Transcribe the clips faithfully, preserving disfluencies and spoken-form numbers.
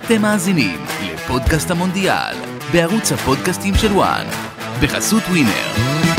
אתם מאזינים לפודקאסט המונדיאל, בערוץ הפודקאסטים של וואן, בחסות ווינר.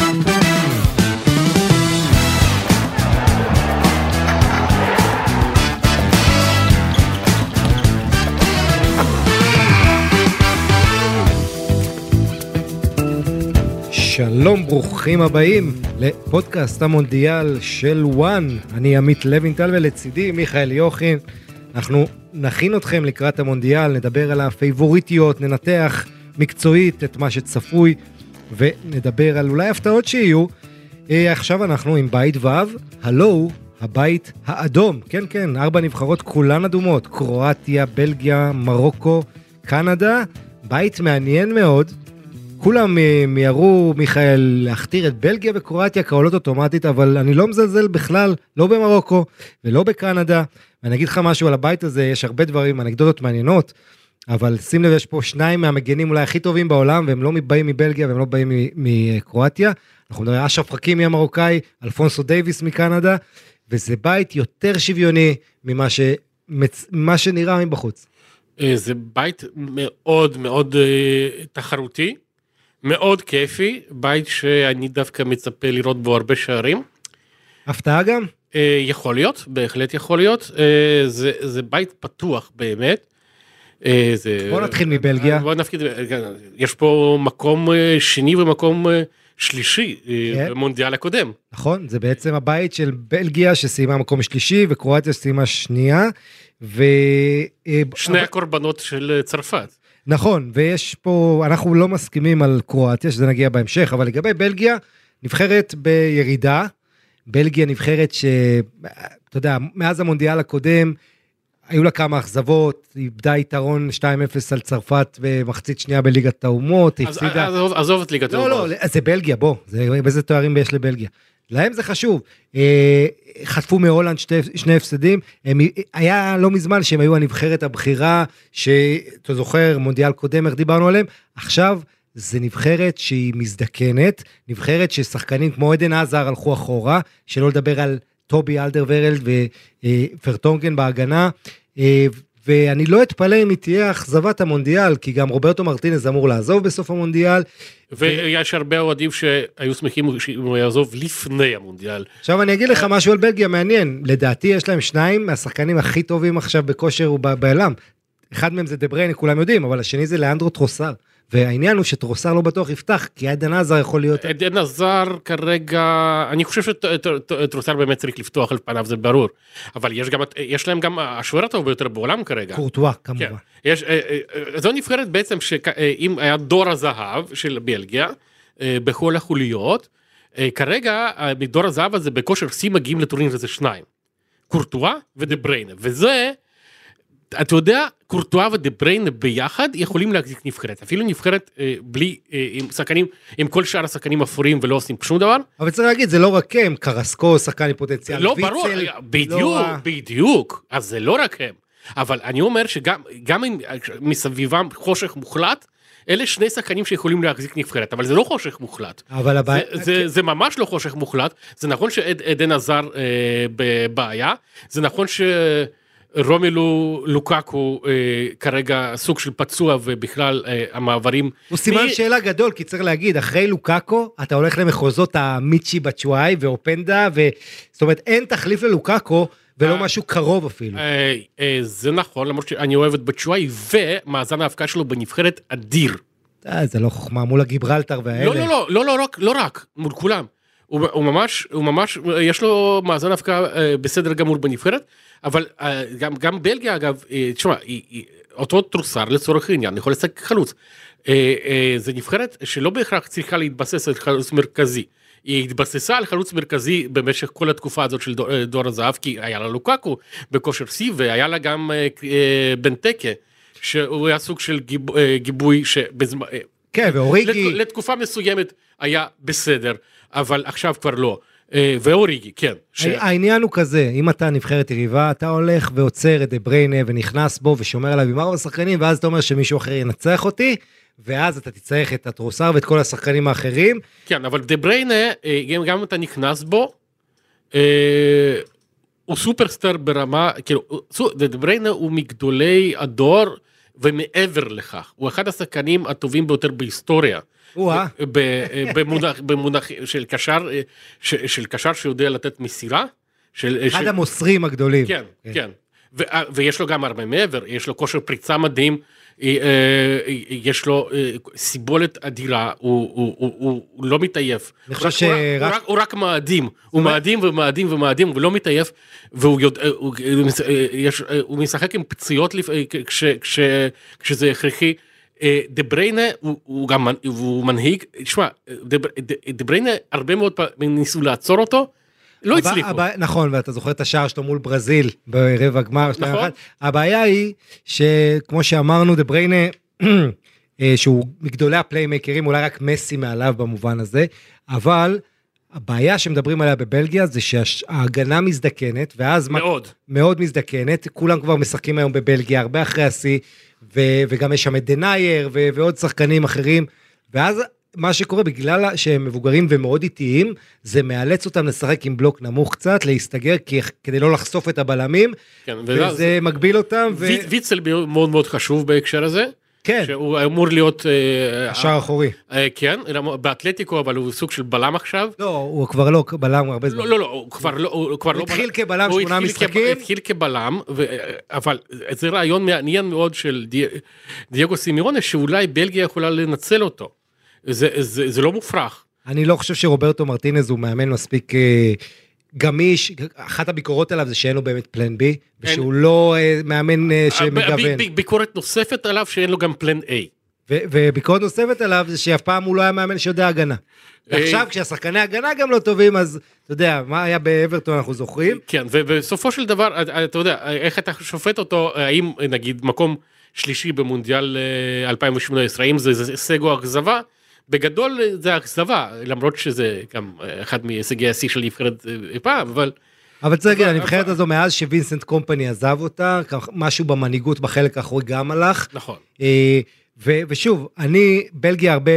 שלום, ברוכים הבאים לפודקאסט המונדיאל של וואן. אני עמית לוינטל ולצידי מיכאל יוחין. אנחנו נכין אתכם לקראת המונדיאל, נדבר על הפייבוריטיות, ננתח מקצועית את מה שצפוי, ונדבר על אולי הפתעות שיהיו. עכשיו אנחנו עם בית ו', הלו, הבית האדום. כן, כן, ארבע נבחרות כולן אדומות, קרואטיה, בלגיה, מרוקו, קנדה. בית מעניין מאוד. כולם מיירו, מיכאל, להכתיר את בלגיה וקרואטיה כעולות אוטומטית, אבל אני לא מזלזל בכלל, לא במרוקו ולא בקנדה. ואני אגיד לך משהו על הבית הזה, יש הרבה דברים, אנקדוטות מעניינות, אבל שים לב, יש פה שניים מהמגנים אולי הכי טובים בעולם, והם לא באים מבלגיה והם לא באים מקרואטיה. אנחנו מדברים, אשרף חכימי המרוקאי, אלפונסו דייביס מקנדה, וזה בית יותר שוויוני ממה ש... ממה שנראה מבחוץ. זה בית מאוד מאוד תחרותי, מאוד כיפי, בית שאני דווקא מצפה לראות בו הרבה שערים. הפתעה גם? יכול להיות, בהחלט יכול להיות. זה, זה בית פתוח באמת. זה, בוא נתחיל מבלגיה. בוא נפקיד, יש פה מקום שני ומקום שלישי במונדיאל הקודם. נכון, זה בעצם הבית של בלגיה שסיימה מקום שלישי, וקרואטיה שסיימה שנייה. ו... שני הקורבנות של צרפת. נכון, ויש פה, אנחנו לא מסכימים על קרואטיה, שזה נגיע בהמשך, אבל לגבי בלגיה, נבחרת בירידה, בלגיה נבחרת ש, אתה יודע, מאז המונדיאל הקודם, היו לה כמה אכזבות, איבדה יתרון שתיים אפס על צרפת במחצית שנייה בליגת האומות, הפסידה... עזוב, עזוב את ליגת האומות. לא, לא, זה בלגיה, בוא, באיזה תוארים יש לבלגיה. להם זה חשוב, חטפו מהולנד שתי, שני הפסדים, הם, היה לא מזמן שהם היו הנבחרת הבחירה, שאתה זוכר, מונדיאל קודם, איך דיברנו עליהם, עכשיו זה נבחרת שהיא מזדקנת, נבחרת ששחקנים כמו עדן עזר הלכו אחורה, שלא לדבר על טובי אלדרוורלד ופרטונגן בהגנה, ואני לא אתפלא אם היא תהיה אכזבת המונדיאל, כי גם רוברטו מרטינז אמור לעזוב בסוף המונדיאל. ויש הרבה אוהדים שהיו שמחים אם הוא יעזוב לפני המונדיאל. עכשיו אני אגיד לך משהו על בלגיה מעניין, לדעתי יש להם שניים מהשחקנים הכי טובים עכשיו בכושר ובעלם, אחד מהם זה דבריינה, כולם יודעים, אבל השני זה לאנדרו טרוסר, והעניין הוא שטרוסר לא בטוח יפתח, כי עדן עזר יכול להיות... עדן עזר כרגע, אני חושב שטרוסר באמת צריך לפתוח על פניו, זה ברור, אבל יש, גם, יש להם גם השוער הטוב ביותר בעולם כרגע. קורטואה, כמובן. כן. יש, זו נבחרת בעצם שאם היה דור הזהב של בלגיה, בכל החוליות, כרגע מדור הזהב הזה בכושר סי מגיעים לטורניר הזה שניים, קורטואה ודבריינה, וזה... אתה יודע, קורטואה ודבריינה ביחד יכולים להחזיק נבחרת, אפילו נבחרת אה, בלי, אה, עם שחקנים, עם כל שאר השחקנים אפורים ולא עושים שום דבר. אבל צריך להגיד, זה לא רק הם, קרסקו, שחקן עם פוטנציאל, לא, ברור, בדיוק, לא... בדיוק, אז זה לא רק הם. אבל אני אומר שגם גם אם מסביבם חושך מוחלט, אלה שני שחקנים שיכולים להחזיק נבחרת, אבל זה לא חושך מוחלט. אבל הבעיה... זה, זה, זה ממש לא חושך מוחלט, זה נכון שעדן עזר אה, בבעיה, זה נכון ש... רומלו לוקאקו אה, כרגע סוג של פצוע ובכלל אה, המעברים... הוא סימן מי... שאלה גדול, כי צריך להגיד, אחרי לוקאקו, אתה הולך למחוזות המיצ'י בצ'ואי ואופנדה, ו... זאת אומרת, אין תחליף ללוקאקו, ולא אה, משהו קרוב אפילו. אה, אה, זה נכון, למרות שאני אוהב את בצ'ואי, ומאזן ההפקעה שלו בנבחרת אדיר. אה, זה לא חוכמה, מול הגיברלטר והאלה. לא, לא, לא, לא, לא, רק, לא רק, מול כולם. הוא, הוא ממש, הוא ממש, יש לו מאזן ההפקעה אה, בסדר גמור בנבחרת, אבל גם, גם בלגיה, אגב, תשמע, אותו טרוסר לצורך העניין, יכול לשחק חלוץ. זה נבחרת שלא בהכרח צריכה להתבסס על חלוץ מרכזי. היא התבססה על חלוץ מרכזי במשך כל התקופה הזאת של דור, דור הזהב, כי היה לה לוקאקו בכושר סי, והיה לה גם בנטקה, שהוא היה סוג של גיב, גיבוי שבזמן... כן, ואוריגי... לתקופה מסוימת היה בסדר, אבל עכשיו כבר לא. ואוריגי, כן. העניין הוא כזה, אם אתה נבחרת יריבה, אתה הולך ועוצר את דבריינה ונכנס בו ושומר עליו עם ארבע שחקנים, ואז אתה אומר שמישהו אחר ינצח אותי, ואז אתה תצטרך את הטרוסר ואת כל השחקנים האחרים. כן, אבל דבריינה, גם אם אתה נכנס בו, הוא סופרסטאר ברמה, כאילו, דבריינה הוא מגדולי הדור, ומעבר לכך, הוא אחד השחקנים הטובים ביותר בהיסטוריה. במונח של קשר, של קשר שיודע לתת מסירה. אחד המוסרים הגדולים. כן, כן. ויש לו גם הרבה מעבר, יש לו כושר פריצה מדהים, יש לו סיבולת אדירה, הוא לא מתעייף. הוא רק מאדים, הוא מאדים ומאדים ומאדים, הוא לא מתעייף, והוא משחק עם פציעות כשזה הכרחי. דה בריינה הוא גם מנהיג, תשמע, דה בריינה הרבה מאוד ניסו לעצור אותו, לא הצליחו. נכון, ואתה זוכר את השער שלו מול ברזיל, ברבע גמר. נכון. הבעיה היא, שכמו שאמרנו, דה בריינה, שהוא מגדולי הפליימקרים, אולי רק מסי מעליו במובן הזה, אבל הבעיה שמדברים עליה בבלגיה, זה שההגנה מזדקנת, ואז... מאוד. מאוד מזדקנת, כולם כבר משחקים היום בבלגיה, הרבה אחרי השיא, וגם יש שם את דנייר, ועוד שחקנים אחרים, ואז... מה שקורה בגלל שהם מבוגרים ומאוד איטיים, זה מאלץ אותם לשחק עם בלוק נמוך קצת, להסתגר כדי לא לחשוף את הבלמים, כן, וזה זה... מגביל אותם. ו... ויצל מאוד מאוד חשוב בהקשר הזה, כן. שהוא אמור להיות... השער אחורי. כן, באתלטיקו, אבל הוא סוג של בלם עכשיו. לא, הוא כבר לא בלם הרבה זמן. לא, לא, לא, הוא כבר לא... הוא כבר הוא התחיל לא כבלם שמונה משחקים. הוא התחיל כבלם, ו... אבל זה רעיון מעניין מאוד של דייגו סימיונה, שאולי בלגיה יכולה לנצל אותו. זה, זה, זה לא מופרך. אני לא חושב שרוברטו מרטינז הוא מאמן מספיק אה, גמיש, אחת הביקורות עליו זה שאין לו באמת פלן בי, ושהוא אין... לא אה, מאמן אה, שמגוון. ב- ב- ביקורת נוספת עליו שאין לו גם פלן איי. ו- וביקורת נוספת עליו זה שאף פעם הוא לא היה מאמן שיודע הגנה. ועכשיו כשהשחקני הגנה גם לא טובים, אז אתה יודע, מה היה באברטון אנחנו זוכרים. כן, ובסופו של דבר, אתה יודע, איך אתה שופט אותו, האם נגיד מקום שלישי במונדיאל אלפיים ושמונה עשרה, האם זה הישג או אכזבה, בגדול זה אכזבה, למרות שזה גם אחד מהישגי השיא של נבחרת פעם, אבל... אבל צריך להגיד, הנבחרת הזו מאז שווינסנט קומפני עזב אותה, משהו במנהיגות בחלק האחורי גם הלך. נכון. ושוב, אני, בלגיה הרבה,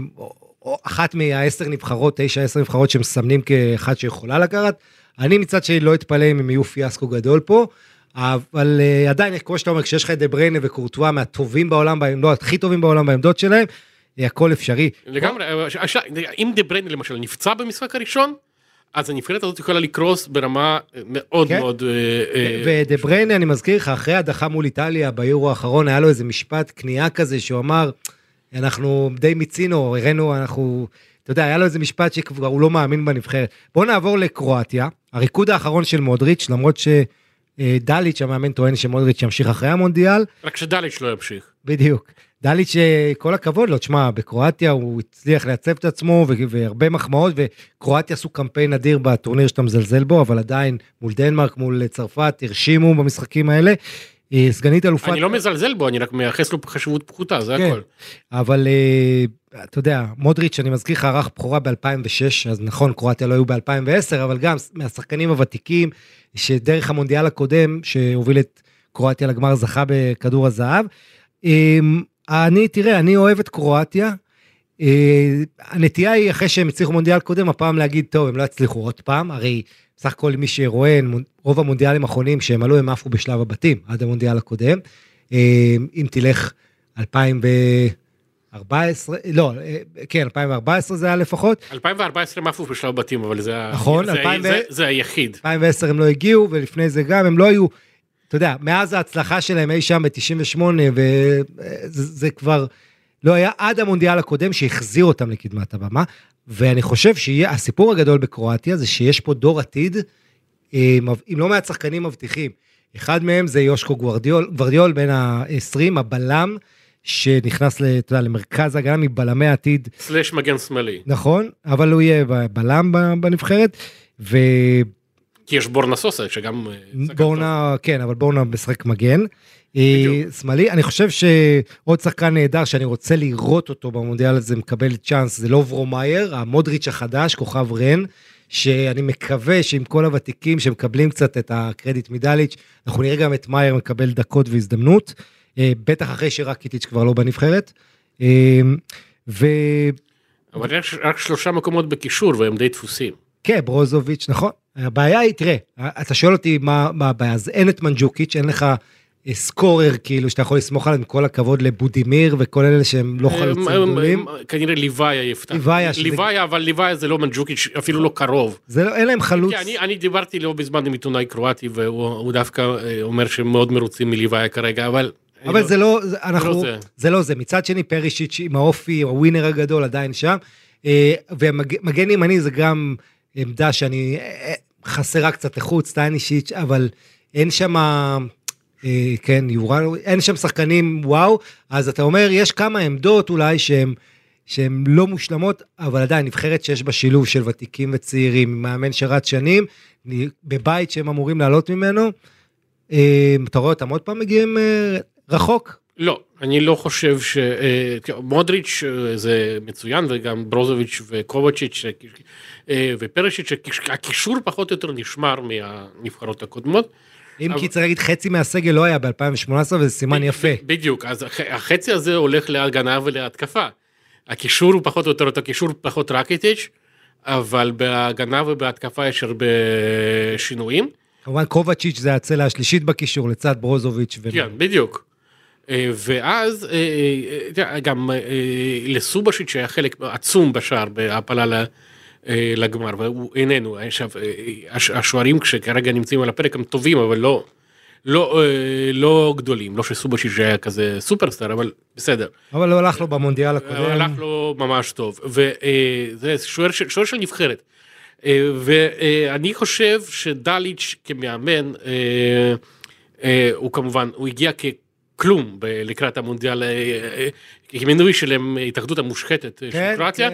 אחת מהעשר נבחרות, תשע עשר נבחרות שמסמנים כאחת שיכולה לקחת, אני מצד שלי לא אתפלא אם הם יהיו פיאסקו גדול פה, אבל עדיין, כמו שאתה אומר, כשיש לך את דה בריינה וקורטואה מהטובים בעולם, לא הכי טובים בעולם בעמדות שלהם, הכל אפשרי. לגמרי, אם דה בריינה למשל נפצע במשחק הראשון, אז הנבחרת הזאת יכולה לקרוס ברמה מאוד מאוד... ודה בריינה, אני מזכיר לך, אחרי הדחה מול איטליה ביורו האחרון, היה לו איזה משפט קנייה כזה, שהוא אמר, אנחנו די מיצינו, הראינו, אנחנו... אתה יודע, היה לו איזה משפט שכבר הוא לא מאמין בנבחרת. בואו נעבור לקרואטיה, הריקוד האחרון של מודריץ', למרות שדליץ' המאמן טוען שמודריץ' ימשיך אחרי המונדיאל. רק שדליץ' לא ימשיך. בדיוק. דליץ' כל הכבוד לו, תשמע, בקרואטיה הוא הצליח לייצב את עצמו, והרבה מחמאות, וקרואטיה עשו קמפיין אדיר בטורניר שאתה מזלזל בו, אבל עדיין מול דנמרק, מול צרפת, הרשימו במשחקים האלה. סגנית אלופת... אני לא מזלזל בו, אני רק מייחס לו חשיבות פחותה, זה הכל. אבל אתה יודע, מודריץ', אני מזכיר לך, ערך בחורה ב-אלפיים ושש, אז נכון, קרואטיה לא היו ב-אלפיים ועשר, אבל גם מהשחקנים הוותיקים, שדרך המונדיאל הקודם, שהוביל את קרואטיה לגמר, זכה בכדור הזהב. אני, תראה, אני אוהב את קרואטיה, הנטייה היא אחרי שהם הצליחו מונדיאל קודם, הפעם להגיד, טוב, הם לא הצליחו עוד פעם, הרי בסך הכל מי שרואה, רוב המונדיאלים האחרונים שהם עלו, הם עפו בשלב הבתים, עד המונדיאל הקודם, אם תלך אלפיים וארבע עשרה, לא, כן, אלפיים וארבע עשרה זה היה לפחות. אלפיים וארבע עשרה הם עפו בשלב הבתים, אבל זה, נכון, זה, זה, זה, זה היחיד. אלפיים ועשר הם לא הגיעו, ולפני זה גם, הם לא היו, אתה יודע, מאז ההצלחה שלהם אי שם ב-תשעים ושמונה, וזה זה כבר לא היה עד המונדיאל הקודם שהחזיר אותם לקדמת הבמה, ואני חושב שהסיפור הגדול בקרואטיה זה שיש פה דור עתיד, עם לא מעט שחקנים מבטיחים. אחד מהם זה יושקו גוורדיול, גוורדיול בין ה-עשרים, הבלם שנכנס יודע, למרכז הגנה מבלמי העתיד. סלש מגן שמאלי. נכון, אבל הוא יהיה בלם בנבחרת, ו... כי יש בורנה סוסה, שגם... בורנה, כן, אבל בורנה משחק מגן. שמאלי, אני חושב שעוד שחקן נהדר, שאני רוצה לראות אותו במונדיאל הזה, מקבל צ'אנס, זה לא ורומאייר, המודריץ' החדש, כוכב רן, שאני מקווה שעם כל הוותיקים שמקבלים קצת את הקרדיט מדליץ', אנחנו נראה גם את מאייר מקבל דקות והזדמנות, בטח אחרי שרקיטיץ' כבר לא בנבחרת, ו... אבל יש רק שלושה מקומות בקישור, והם די דפוסים. כן, ברוזוביץ', נכון. הבעיה היא, תראה, אתה שואל אותי מה, מה הבעיה, אז אין את מנג'וקיץ', אין לך סקורר, כאילו, שאתה יכול לסמוך עליהם, כל הכבוד לבודימיר, וכל אלה שהם לא חלוצים גדולים. כנראה ליוויה יפתח. ליוויה, אבל ליוויה זה לא מנג'וקיץ', אפילו לא קרוב. זה לא, אין להם חלוץ. אני דיברתי לא בזמן עם עיתונאי קרואטי, והוא דווקא אומר שהם מאוד מרוצים מליוויה כרגע, אבל... אבל זה לא, אנחנו, זה לא זה. מצד שני, פרישיץ' עם האופי, הווינר הגדול עדיין שם, ומגן ימני זה גם עמדה שאני חסרה קצת איכות, סטיינישיץ', אבל אין שם... כן, יורל, אין שם שחקנים וואו, אז אתה אומר, יש כמה עמדות אולי שהן, שהן לא מושלמות, אבל עדיין נבחרת שיש בה שילוב של ותיקים וצעירים, מאמן שרת שנים, בבית שהם אמורים לעלות ממנו, אתה רואה אותם עוד פעם מגיעים רחוק? לא, אני לא חושב ש... מודריץ' זה מצוין, וגם ברוזוביץ' וקובצ'יץ' ופרשיץ', הקישור פחות או יותר נשמר מהנבחרות הקודמות, אם כי צריך להגיד, חצי מהסגל לא היה ב-אלפיים שמונה עשרה, וזה סימן יפה. בדיוק, אז החצי הזה הולך להגנה ולהתקפה. הקישור הוא פחות או יותר, אותו קישור פחות רקיטיץ', אבל בהגנה ובהתקפה יש הרבה שינויים. כמובן, קובצ'יץ' זה הצלע השלישית בקישור, לצד ברוזוביץ'. כן, בדיוק. ואז גם לסובשיץ' שהיה חלק עצום בשער, בהפלה לגמר, והוא איננו, השוערים שכרגע נמצאים על הפרק הם טובים, אבל לא, לא, לא גדולים, לא שסובשיץ' היה כזה סופרסטאר, אבל בסדר. אבל לא הלך לו במונדיאל הקודם. הלך לו ממש טוב, וזה שוער של נבחרת, ואני חושב שדליץ' כמאמן, הוא כמובן, הוא הגיע כ... כלום לקראת המונדיאל, כמינוי שלהם התאחדות המושחתת של קרואטיה,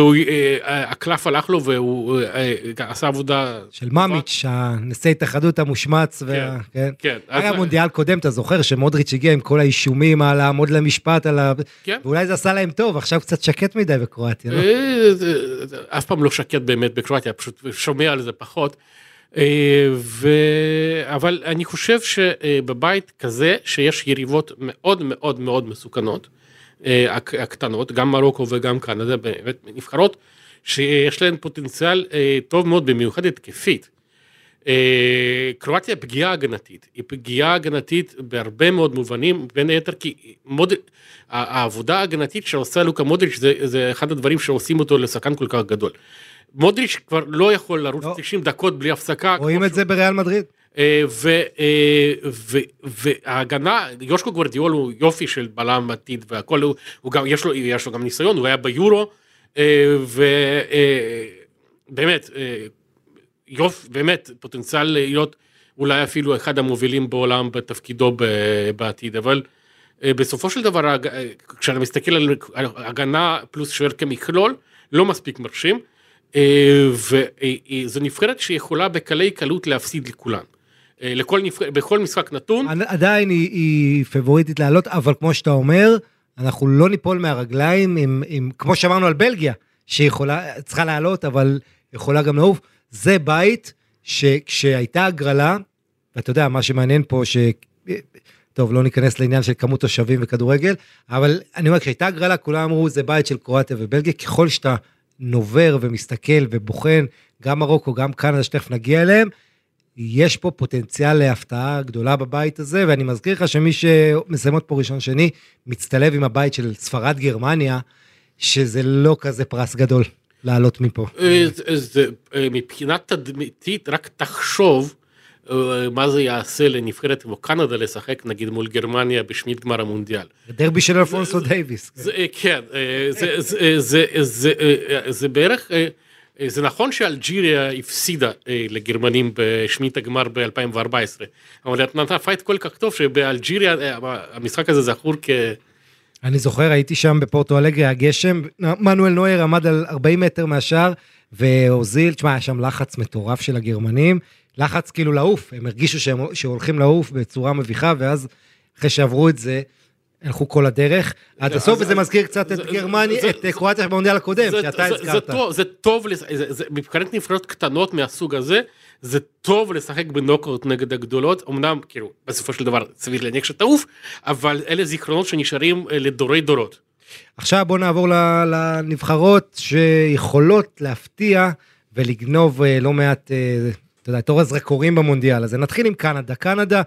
והקלף הלך לו והוא עשה עבודה... של ממיץ', נשיא התאחדות המושמץ. היה מונדיאל קודם, אתה זוכר שמודריץ' הגיע עם כל האישומים על לעמוד למשפט, ואולי זה עשה להם טוב, עכשיו קצת שקט מדי בקרואטיה. אף פעם לא שקט באמת בקרואטיה, פשוט שומע על זה פחות. ו... אבל אני חושב שבבית כזה שיש יריבות מאוד מאוד מאוד מסוכנות, הקטנות, גם מרוקו וגם קנדה, באמת נבחרות שיש להן פוטנציאל טוב מאוד במיוחד התקפית. קרואטיה פגיעה הגנתית, היא פגיעה הגנתית בהרבה מאוד מובנים, בין היתר כי מוד... העבודה ההגנתית שעושה לוקה מודריץ' זה, זה אחד הדברים שעושים אותו לשחקן כל כך גדול. מודריץ' כבר לא יכול לרוץ תשעים דקות בלי הפסקה. רואים את זה בריאל מדריד. וההגנה, יושקו גוורדיאול הוא יופי של בלם עתיד והכל, יש לו גם ניסיון, הוא היה ביורו, ובאמת, יופי, באמת, פוטנציאל להיות אולי אפילו אחד המובילים בעולם בתפקידו בעתיד, אבל בסופו של דבר, כשאני מסתכל על הגנה פלוס שוער כמכלול, לא מספיק מרשים, וזו נבחרת שיכולה בקלי קלות להפסיד לכולן. לכל נבחרת, בכל משחק נתון. עדיין היא, היא פבוריטית לעלות, אבל כמו שאתה אומר, אנחנו לא ניפול מהרגליים, עם, עם, כמו שאמרנו על בלגיה, שיכולה, צריכה לעלות, אבל יכולה גם לעוף. זה בית שכשהייתה הגרלה, ואתה יודע, מה שמעניין פה, ש... טוב, לא ניכנס לעניין של כמות תושבים וכדורגל, אבל אני אומר, כשהייתה הגרלה, כולם אמרו, זה בית של קרואטיה ובלגיה, ככל שאתה נובר ומסתכל ובוחן, גם מרוקו, גם קנדה, שתכף נגיע אליהם, יש פה פוטנציאל להפתעה גדולה בבית הזה, ואני מזכיר לך שמי שמסיימות פה ראשון שני, מצטלב עם הבית של ספרד גרמניה, שזה לא כזה פרס גדול לעלות מפה. מבחינת תדמיתית, רק תחשוב, מה זה יעשה לנבחרת כמו קנדה לשחק, נגיד מול גרמניה בשמית גמר המונדיאל. דרבי של אלפונסו דייביס. כן, זה בערך, זה נכון שאלג'יריה הפסידה לגרמנים בשמית הגמר ב-אלפיים וארבע עשרה, אבל נתנה פייט כל כך טוב שבאלג'יריה המשחק הזה זכור כ... אני זוכר, הייתי שם בפורטו אלגרה, הגשם, מנואל נויר עמד על ארבעים מטר מהשאר, והוזיל, תשמע, היה שם לחץ מטורף של הגרמנים, לחץ כאילו לעוף, הם הרגישו שהם, שהולכים לעוף בצורה מביכה, ואז אחרי שעברו את זה, הלכו כל הדרך, עד הסוף, וזה מזכיר קצת את גרמניה, את קרואטיה במונדיאל הקודם, שאתה הזכרת. זה טוב, מבחינת נבחרות קטנות מהסוג הזה, זה טוב לשחק בנוקאוט נגד הגדולות, אמנם, כאילו, בסופו של דבר, סביר להניח שתעוף, אבל אלה זיכרונות שנשארים לדורי דורות. עכשיו בואו נעבור לנבחרות שיכולות להפתיע ולגנוב לא מעט, אתה יודע, תור הזרקורים במונדיאל הזה. נתחיל עם קנדה. קנדה,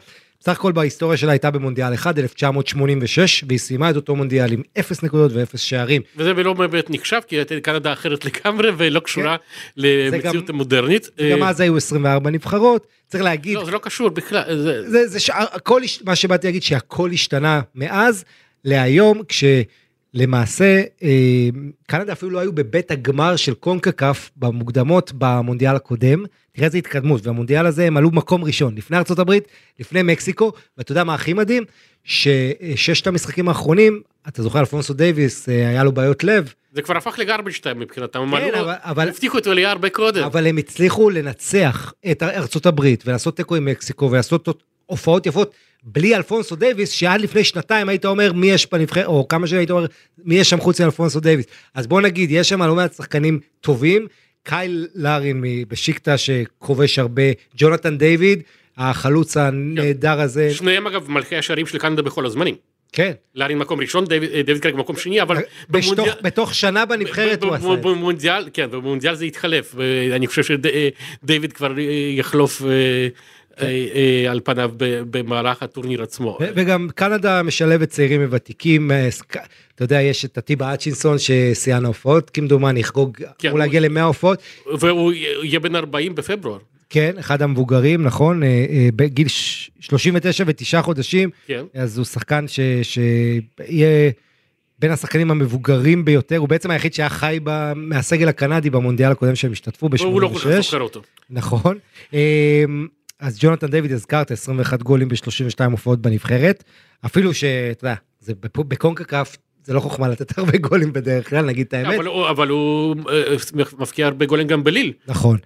סך הכל בהיסטוריה שלה הייתה במונדיאל אחד, אלף תשע מאות שמונים ושש, והיא סיימה את אותו מונדיאל עם אפס נקודות ואפס שערים. וזה לא באמת נחשב, כי הייתה קנדה אחרת לגמרי, ולא קשורה למציאות המודרנית. גם אז היו עשרים וארבע נבחרות, צריך להגיד... לא, זה לא קשור בכלל. זה, זה הכל, מה שבאתי להגיד, שהכל השתנה מאז להיום, כשלמעשה, קנדה אפילו לא היו בבית הגמר של קונקקף במוקדמות במונדיאל הקודם, תראה איזה התקדמות, והמונדיאל הזה הם עלו במקום ראשון, לפני ארצות הברית, לפני מקסיקו, ואתה יודע מה הכי מדהים? שששת המשחקים האחרונים, אתה זוכר, אלפונסו דייביס, היה לו בעיות לב. זה כבר הפך לגרבג' טיים מבחינתם, כן, אבל, אבל, הבטיחו את עלייה הרבה קודם. אבל הם הצליחו לנצח את ארצות הברית, ולעשות תיקו עם מקסיקו, ולעשות הופעות יפות, בלי אלפונסו דייביס, שעד לפני שנתיים היית אומר, מי יש בנבחרת, או כמה שהיית אומר, מי יש שם חוץ מאלפונסו דייביס. אז בוא נגיד, יש שם לא מעט שחקנים טובים, קייל לארין בשיקטה שכובש הרבה, ג'ונתן דיוויד, החלוץ הנהדר הזה. שניהם אגב מלכי השערים של קנדה בכל הזמנים. כן. לארין מקום ראשון, דיוויד קרג מקום שני, אבל... בתוך שנה בנבחרת הוא עשה את זה. במונדיאל, כן, במונדיאל זה התחלף, ואני חושב שדיוויד כבר יחלוף על פניו במהלך הטורניר עצמו. וגם קנדה משלבת צעירים וותיקים, אתה יודע, יש את הטיבה אצ'ינסון שסיימן הופעות, כמדומני, יחגוג, הוא להגיע למאה הופעות. והוא יהיה בן ארבעים בפברואר. כן, אחד המבוגרים, נכון, בגיל שלושים ותשע ותשעה חודשים, אז הוא שחקן שיהיה בין השחקנים המבוגרים ביותר, הוא בעצם היחיד שהיה חי מהסגל הקנדי במונדיאל הקודם שהם השתתפו ב-שמונים ושש. הוא לא כל כך זוכר אותו. נכון. אז ג'ונתן דיוויד הזכרת עשרים ואחת גולים ב-שלושים ושתיים הופעות בנבחרת, אפילו שאתה יודע, זה בקונקקף, זה לא חוכמה לתת הרבה גולים בדרך כלל, נגיד את האמת. אבל הוא מפקיע הרבה גולים גם בליל. נכון.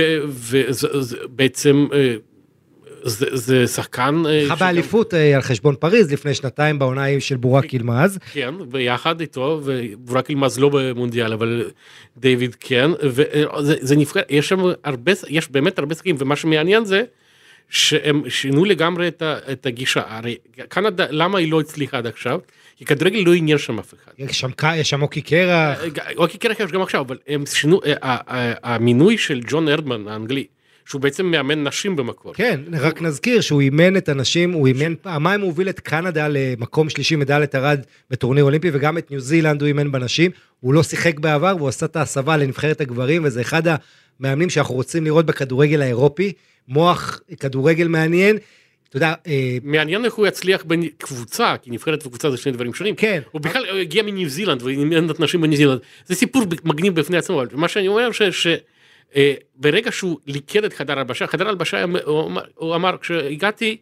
ובעצם זה שחקן... חווה אליפות על חשבון פריז לפני שנתיים בעונה של בורק ילמז. כן, ביחד איתו, ובורק ילמז לא במונדיאל, אבל דיוויד כן, וזה נפגע, יש שם הרבה, יש באמת הרבה שחקים, ומה שמעניין זה, שהם שינו לגמרי את הגישה. הרי קנדה, למה היא לא הצליחה עד עכשיו? כי כדורגל לא עניין שם אף אחד. יש שם אוקי קרח. אוקי קרח יש גם עכשיו, אבל הם שינו, המינוי של ג'ון ארדמן האנגלי, שהוא בעצם מאמן נשים במקור. כן, רק נזכיר שהוא אימן את הנשים, הוא אימן, פעמיים הוא הוביל את קנדה למקום שלישי מדליית ארד בטורניר אולימפי, וגם את ניו זילנד הוא אימן בנשים, הוא לא שיחק בעבר, והוא עשה את ההסבה לנבחרת הגברים, וזה אחד המאמנים שאנחנו רוצים לראות בכדורגל האירופי, מוח כדורגל מעניין, אתה יודע... מעניין איך הוא יצליח בין קבוצה, כי נבחרת וקבוצה זה שני דברים שונים. כן. הוא בכלל הגיע מניו זילנד, ואימן את נשים בניו זילנד. זה סיפור מגניב בפני עצמו, אבל מה שאני אומר ש... ברגע שהוא ליקד את חדר הלבשה, חדר הלבשה הוא אמר, כשהגעתי,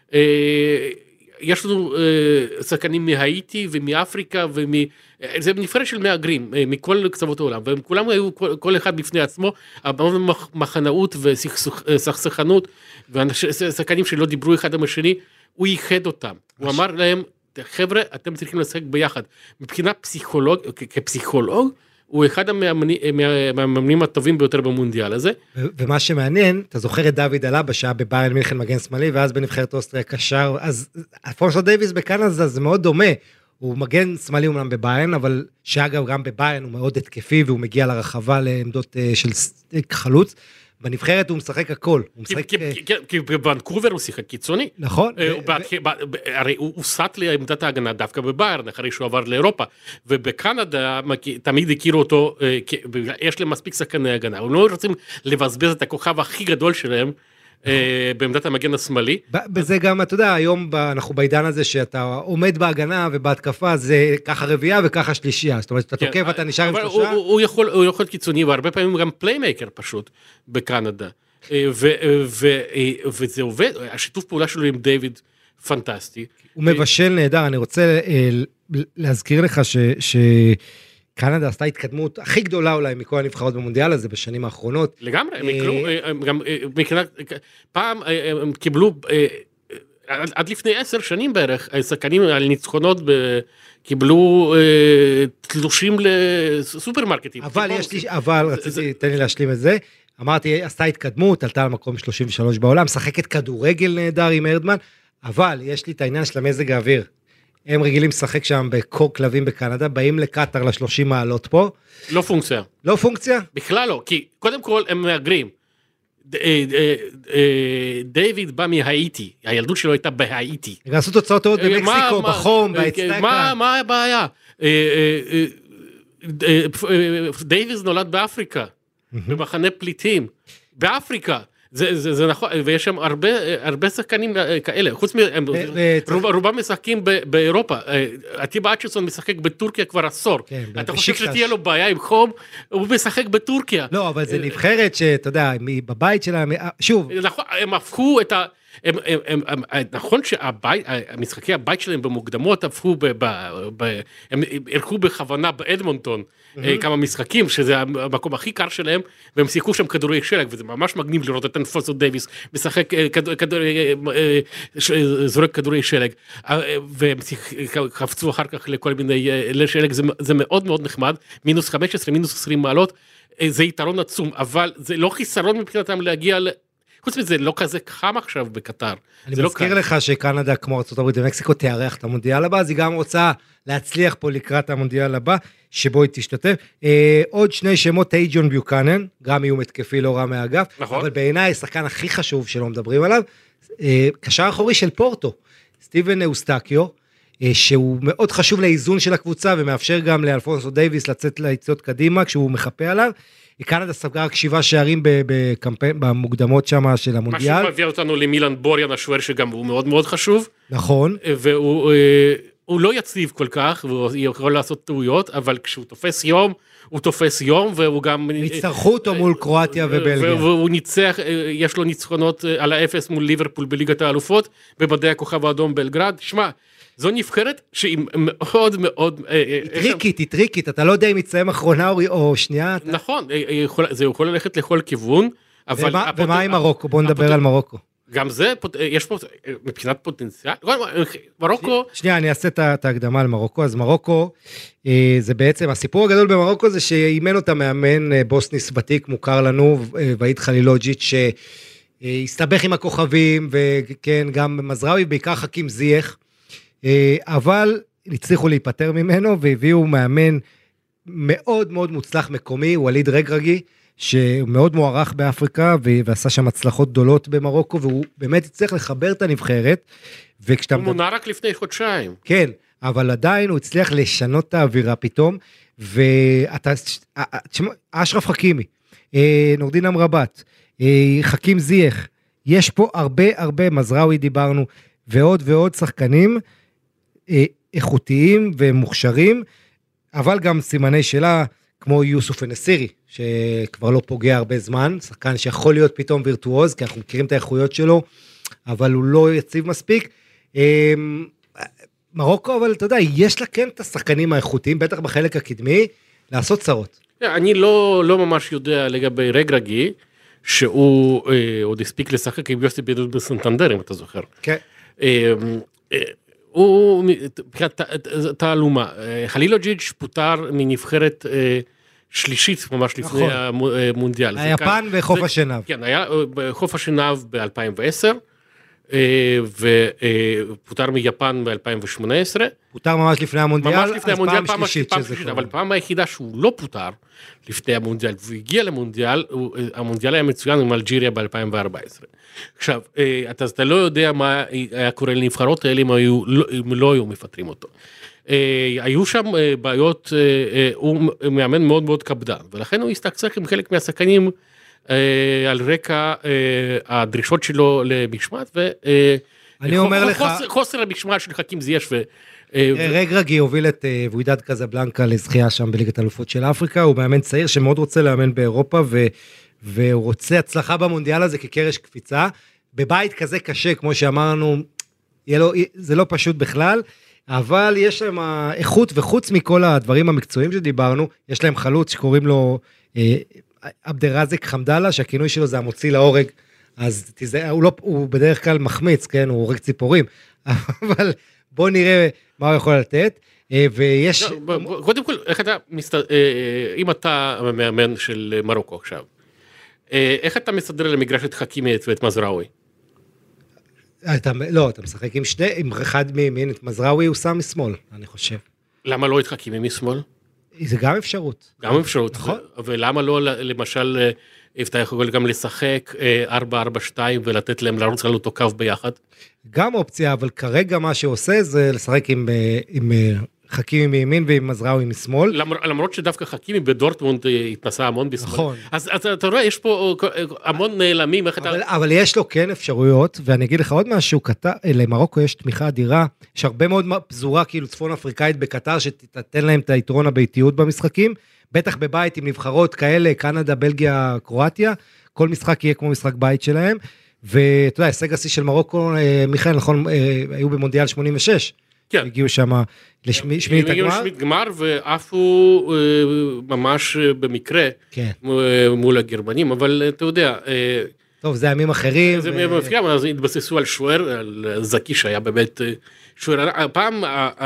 יש לנו שחקנים מהאיטי ומאפריקה, זה נבחרת של מהגרים, מכל קצוות העולם, והם כולם היו כל אחד בפני עצמו, מחנאות וסכסכנות, ושחקנים שלא דיברו אחד עם השני, הוא ייחד אותם, הוא אמר להם, חבר'ה, אתם צריכים לשחק ביחד, מבחינה פסיכולוג, כפסיכולוג, הוא אחד המאמנים הטובים ביותר במונדיאל הזה. ומה שמעניין, אתה זוכר את דוד אלבה, שהיה בביירן מינכן מגן שמאלי, ואז בנבחרת אוסטריה קשר, אז אלפונסו דייוויס בקנדה זה מאוד דומה, הוא מגן שמאלי אומנם בביירן, אבל שאגב גם בביירן הוא מאוד התקפי, והוא מגיע לרחבה לעמדות של חלוץ, בנבחרת הוא משחק הכל. כי בוונקובר הוא שיחק קיצוני. נכון. הרי הוא סט לעמדת ההגנה דווקא בביירן, אחרי שהוא עבר לאירופה, ובקנדה תמיד הכירו אותו, יש להם מספיק שחקני הגנה, הם לא רוצים לבזבז את הכוכב הכי גדול שלהם, בעמדת המגן השמאלי. בזה גם, אתה יודע, היום אנחנו בעידן הזה שאתה עומד בהגנה ובהתקפה, זה ככה רביעייה וככה שלישייה, זאת אומרת, אתה תוקף, אתה נשאר עם שלושה. הוא יכול קיצוני, והרבה פעמים גם פליימייקר פשוט בקנדה, וזה עובד, השיתוף פעולה שלו עם דיוויד פנטסטי. הוא מבשל נהדר, אני רוצה להזכיר לך ש... קנדה עשתה התקדמות הכי גדולה אולי מכל הנבחרות במונדיאל הזה בשנים האחרונות. לגמרי, פעם הם קיבלו, עד לפני עשר שנים בערך, שחקנים על ניצחונות קיבלו תלושים לסופרמרקטים. אבל יש לי, אבל רציתי, תן לי להשלים את זה, אמרתי, עשתה התקדמות, עלתה למקום שלושים ושלוש בעולם, משחקת כדורגל נהדר עם ארדמן, אבל יש לי את העניין של המזג האוויר. הם רגילים לשחק שם בקור כלבים בקנדה, באים לקטר ל-שלושים מעלות פה. לא פונקציה. לא פונקציה? בכלל לא, כי קודם כל הם מאגרים. דיוויד בא מהאיטי, הילדות שלו הייתה בהאיטי. גם עשו תוצאות טובות במקסיקו, בחום, באצטקה. מה הבעיה? דיוויד נולד באפריקה, במחנה פליטים, באפריקה. זה, זה, זה נכון, ויש שם הרבה, הרבה שחקנים כאלה, חוץ מהם, רובם משחקים באירופה, עטיבה אצ'יסון משחק בטורקיה כבר עשור, אתה חושב שתהיה לו בעיה עם חום, הוא משחק בטורקיה. לא, אבל זה נבחרת שאתה יודע, בבית שלה, שוב. נכון, הם הפכו את ה... הם, הם, הם, הם, נכון שהמשחקי הבית שלהם במוקדמות הפכו, ב, ב, ב, הם ערכו בכוונה באדמונטון mm-hmm. כמה משחקים, שזה המקום הכי קר שלהם, והם שיחקו שם כדורי שלג, וזה ממש מגניב לראות את אנפוסו דייביס, משחק, כדור, כדור, זורק כדורי שלג, והם חפצו אחר כך לכל מיני לשלג, זה, זה מאוד מאוד נחמד, מינוס חמש עשרה, מינוס עשרים מעלות, זה יתרון עצום, אבל זה לא חיסרון מבחינתם להגיע ל... חוץ מזה, לא כזה חם עכשיו בקטר. אני מזכיר לך שקנדה, כמו ארצות הברית ומקסיקו, תארח את המונדיאל הבא, אז היא גם רוצה להצליח פה לקראת המונדיאל הבא, שבו היא תשתתף. אה, עוד שני שמות, טייג'ון ביוקנן, גם איום התקפי לא רע מהאגף, נכון. אבל בעיניי, השחקן הכי חשוב שלא מדברים עליו, אה, קשר אחורי של פורטו, סטיבן אוסטקיו, אה, שהוא מאוד חשוב לאיזון של הקבוצה, ומאפשר גם לאלפונסו דייביס לצאת ליציאות קדימה, כשהוא מחפה עליו, קנדה ספגה רק שבעה שערים בקמפיין, במוקדמות שם של המונדיאל. משהו מביא אותנו למילן בוריאן השוער שגם הוא מאוד מאוד חשוב. נכון. והוא הוא לא יציב כל כך, והוא יכול לעשות טעויות, אבל כשהוא תופס יום, הוא תופס יום, והוא גם... הצטרכו אותו מול קרואטיה ובלגיה. והוא ניצח, יש לו ניצחונות על האפס מול ליברפול בליגת האלופות, במדי הכוכב האדום בלגרד. תשמע, זו נבחרת שהיא מאוד מאוד... היא טריקית, היא טריקית, אתה לא יודע אם יצאים אחרונה או שנייה. נכון, זה יכול ללכת לכל כיוון, אבל... ומה עם מרוקו? בואו נדבר על מרוקו. גם זה, יש פה, מבחינת פוטנציאל, מרוקו... שנייה, אני אעשה את ההקדמה על מרוקו, אז מרוקו, זה בעצם, הסיפור הגדול במרוקו זה שאימן אותה מאמן בוסניס ותיק, מוכר לנו, ועיד חלילוג'יץ', שהסתבך עם הכוכבים, וכן, גם מזראוי, בעיקר חכים זייח, אבל הצליחו להיפטר ממנו, והביאו מאמן מאוד מאוד מוצלח מקומי, וליד רגרגי, שמאוד מוערך באפריקה, ועשה שם הצלחות גדולות במרוקו, והוא באמת הצליח לחבר את הנבחרת, וכשאתה... הוא מונה רק לפני חודשיים. כן, אבל עדיין הוא הצליח לשנות את האווירה פתאום, ואתה... אשרף חכימי, נורדין אמרבת, חכים זייח, יש פה הרבה הרבה, מזראוי דיברנו, ועוד ועוד שחקנים איכותיים ומוכשרים, אבל גם סימני שאלה, כמו יוסוף אנסירי, שכבר לא פוגע הרבה זמן, שחקן שיכול להיות פתאום וירטואוז, כי אנחנו מכירים את האיכויות שלו, אבל הוא לא יציב מספיק. מרוקו, אבל אתה יודע, יש לה כן את השחקנים האיכותיים, בטח בחלק הקדמי, לעשות צרות. אני לא, לא ממש יודע לגבי רגרגי, שהוא עוד הספיק לשחק עם יוסי בידוד בסנטנדר, אם אתה זוכר. כן. הוא, תעלומה, חלילוג'יץ' פוטר מנבחרת שלישית ממש לפני המונדיאל. היפן וחוף השנהב. כן, היה בחוף השנהב ב-אלפיים ועשר, ופוטר מיפן ב-אלפיים ושמונה עשרה. פוטר ממש לפני המונדיאל, ממש לפני המונדיאל, פעם שלישית, אבל פעם היחידה שהוא לא פוטר לפני המונדיאל, והוא הגיע למונדיאל, המונדיאל היה מצוין עם אלג'יריה ב-אלפיים וארבע עשרה. עכשיו, אתה לא יודע מה היה קורה לנבחרות האלה אם לא היו מפטרים אותו. היו שם בעיות, הוא מאמן מאוד מאוד קפדן, ולכן הוא הסתכסך עם חלק מהשחקנים על רקע הדרישות שלו למשמעת, וחוסר המשמעת של חכים זייח ו... רגרגי הוביל את ווידד קזבלנקה לזכייה שם בליגת האלופות של אפריקה, הוא מאמן צעיר שמאוד רוצה לאמן באירופה, והוא רוצה הצלחה במונדיאל הזה כקרש קפיצה, בבית כזה קשה, כמו שאמרנו, זה לא פשוט בכלל, אבל יש להם איכות, וחוץ מכל הדברים המקצועיים שדיברנו, יש להם חלוץ שקוראים לו עבדרזק חמדאללה, שהכינוי שלו זה המוציא להורג, אז תזהה, הוא, לא, הוא בדרך כלל מחמיץ, כן, הוא הורג ציפורים, אבל בוא נראה מה הוא יכול לתת, ויש... קודם כל, איך אתה, אם אתה המאמן של מרוקו עכשיו, איך אתה מסדר למגרש את חכימי ואת מזראוי? אתה, לא, אתה משחק עם שני, עם אחד מימין, את מזראוי הוא שם משמאל, אני חושב. למה לא את חכימי משמאל? זה גם אפשרות. גם אפשרות. נכון. ולמה לא, למשל, אתה יכול גם לשחק ארבע ארבע שתיים ולתת להם לרוץ על אותו קו ביחד. גם אופציה, אבל כרגע מה שעושה זה לשחק עם, עם חכימי מימין ועם מזראוי משמאל. למרות שדווקא חכימי בדורטמונד התנסה המון בשמאל. נכון. אז, אז אתה רואה, יש פה המון נעלמים. אבל, אתה... אבל יש לו כן אפשרויות, ואני אגיד לך עוד משהו, קטר, למרוקו יש תמיכה אדירה, יש הרבה מאוד פזורה כאילו צפון אפריקאית בקטר, שתתן להם את היתרון הביתיות במשחקים, בטח בבית עם נבחרות כאלה, קנדה, בלגיה, קרואטיה, כל משחק יהיה כמו משחק בית שלהם, ואתה יודע, הישג השיא של מרוקו, מיכאל, נכון, היו במונדיאל שמונים ושש, כן. הגיעו שם לשמינית הגמר. הגיעו לשמינית גמר ועפו ממש במקרה כן. מול הגרמנים, אבל אתה יודע... טוב, זה ימים אחרים. זה ימים אחרים, אז התבססו על שוער, על זקי שהיה באמת שוער. הפעם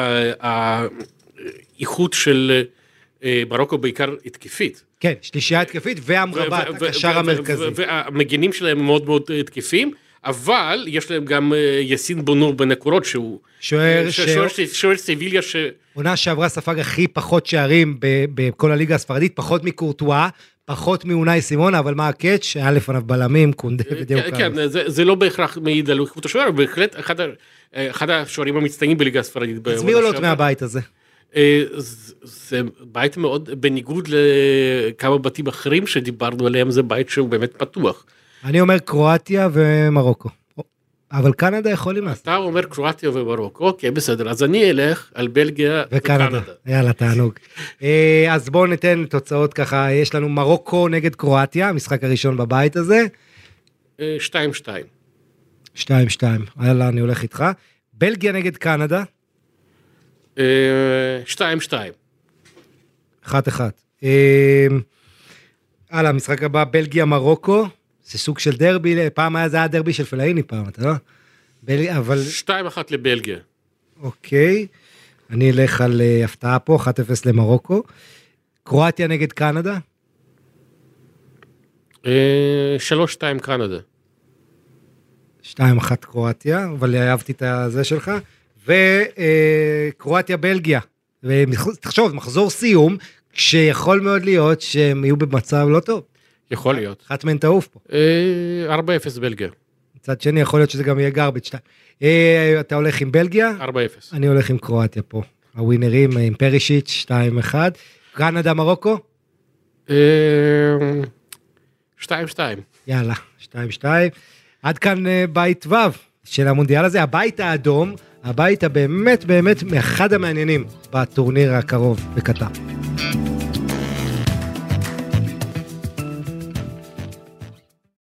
האיכות של מרוקו בעיקר התקפית. כן, שלישייה התקפית והמרבט, הקשר המרכזי. והמגינים שלהם מאוד מאוד התקפים, אבל יש להם גם יסין בונור בנקורות, שהוא שוער סביליה. עונה שעברה ספג הכי פחות שערים בכל הליגה הספרדית, פחות מקורטואה, פחות מאונאי סימונה, אבל מה הקאץ'? היה לפניו בלמים, קונדה ודיוק קארלוס. כן, זה לא בהכרח מעיד על איכות השוער, אבל בהחלט אחד השוערים המצטיינים בליגה הספרדית. אז מי עולות מהבית הזה? זה בית מאוד, בניגוד לכמה בתים אחרים שדיברנו עליהם, זה בית שהוא באמת פתוח. אני אומר קרואטיה ומרוקו, אבל קנדה יכולים לעשות. אתה אומר קרואטיה ומרוקו, אוקיי, בסדר, אז אני אלך על בלגיה וקנדה. יאללה, תענוג. אז בואו ניתן תוצאות ככה, יש לנו מרוקו נגד קרואטיה, המשחק הראשון בבית הזה. שתיים שתיים. שתיים שתיים, יאללה, אני הולך איתך. בלגיה נגד קנדה. שתיים שתיים. אחת אחת. הלאה, המשחק הבא, בלגיה מרוקו. זה סוג של דרבי, פעם היה זה היה דרבי של פלאיני פעם, אתה יודע? אבל... שתיים אחת לבלגיה. אוקיי, אני אלך על הפתעה פה, אחת אפס למרוקו. קרואטיה נגד קנדה? שלוש שתיים קנדה. שתיים אחת קרואטיה, אבל אהבתי את זה שלך. וקרואטיה בלגיה. תחשוב, מחזור סיום, כשיכול מאוד להיות שהם יהיו במצב לא טוב. יכול להיות. אחת מהן תעוף פה. ארבע אפס בלגיה. מצד שני, יכול להיות שזה גם יהיה גרביץ'. אתה הולך עם בלגיה? ארבע אפס. אני הולך עם קרואטיה פה. הווינרים עם פרישיץ', שתיים אחת. קנדה מרוקו? שתיים שתיים. יאללה, שתיים שתיים. עד כאן בית ו' של המונדיאל הזה. הבית האדום, הבית הבאמת באמת מאחד המעניינים בטורניר הקרוב בקטר.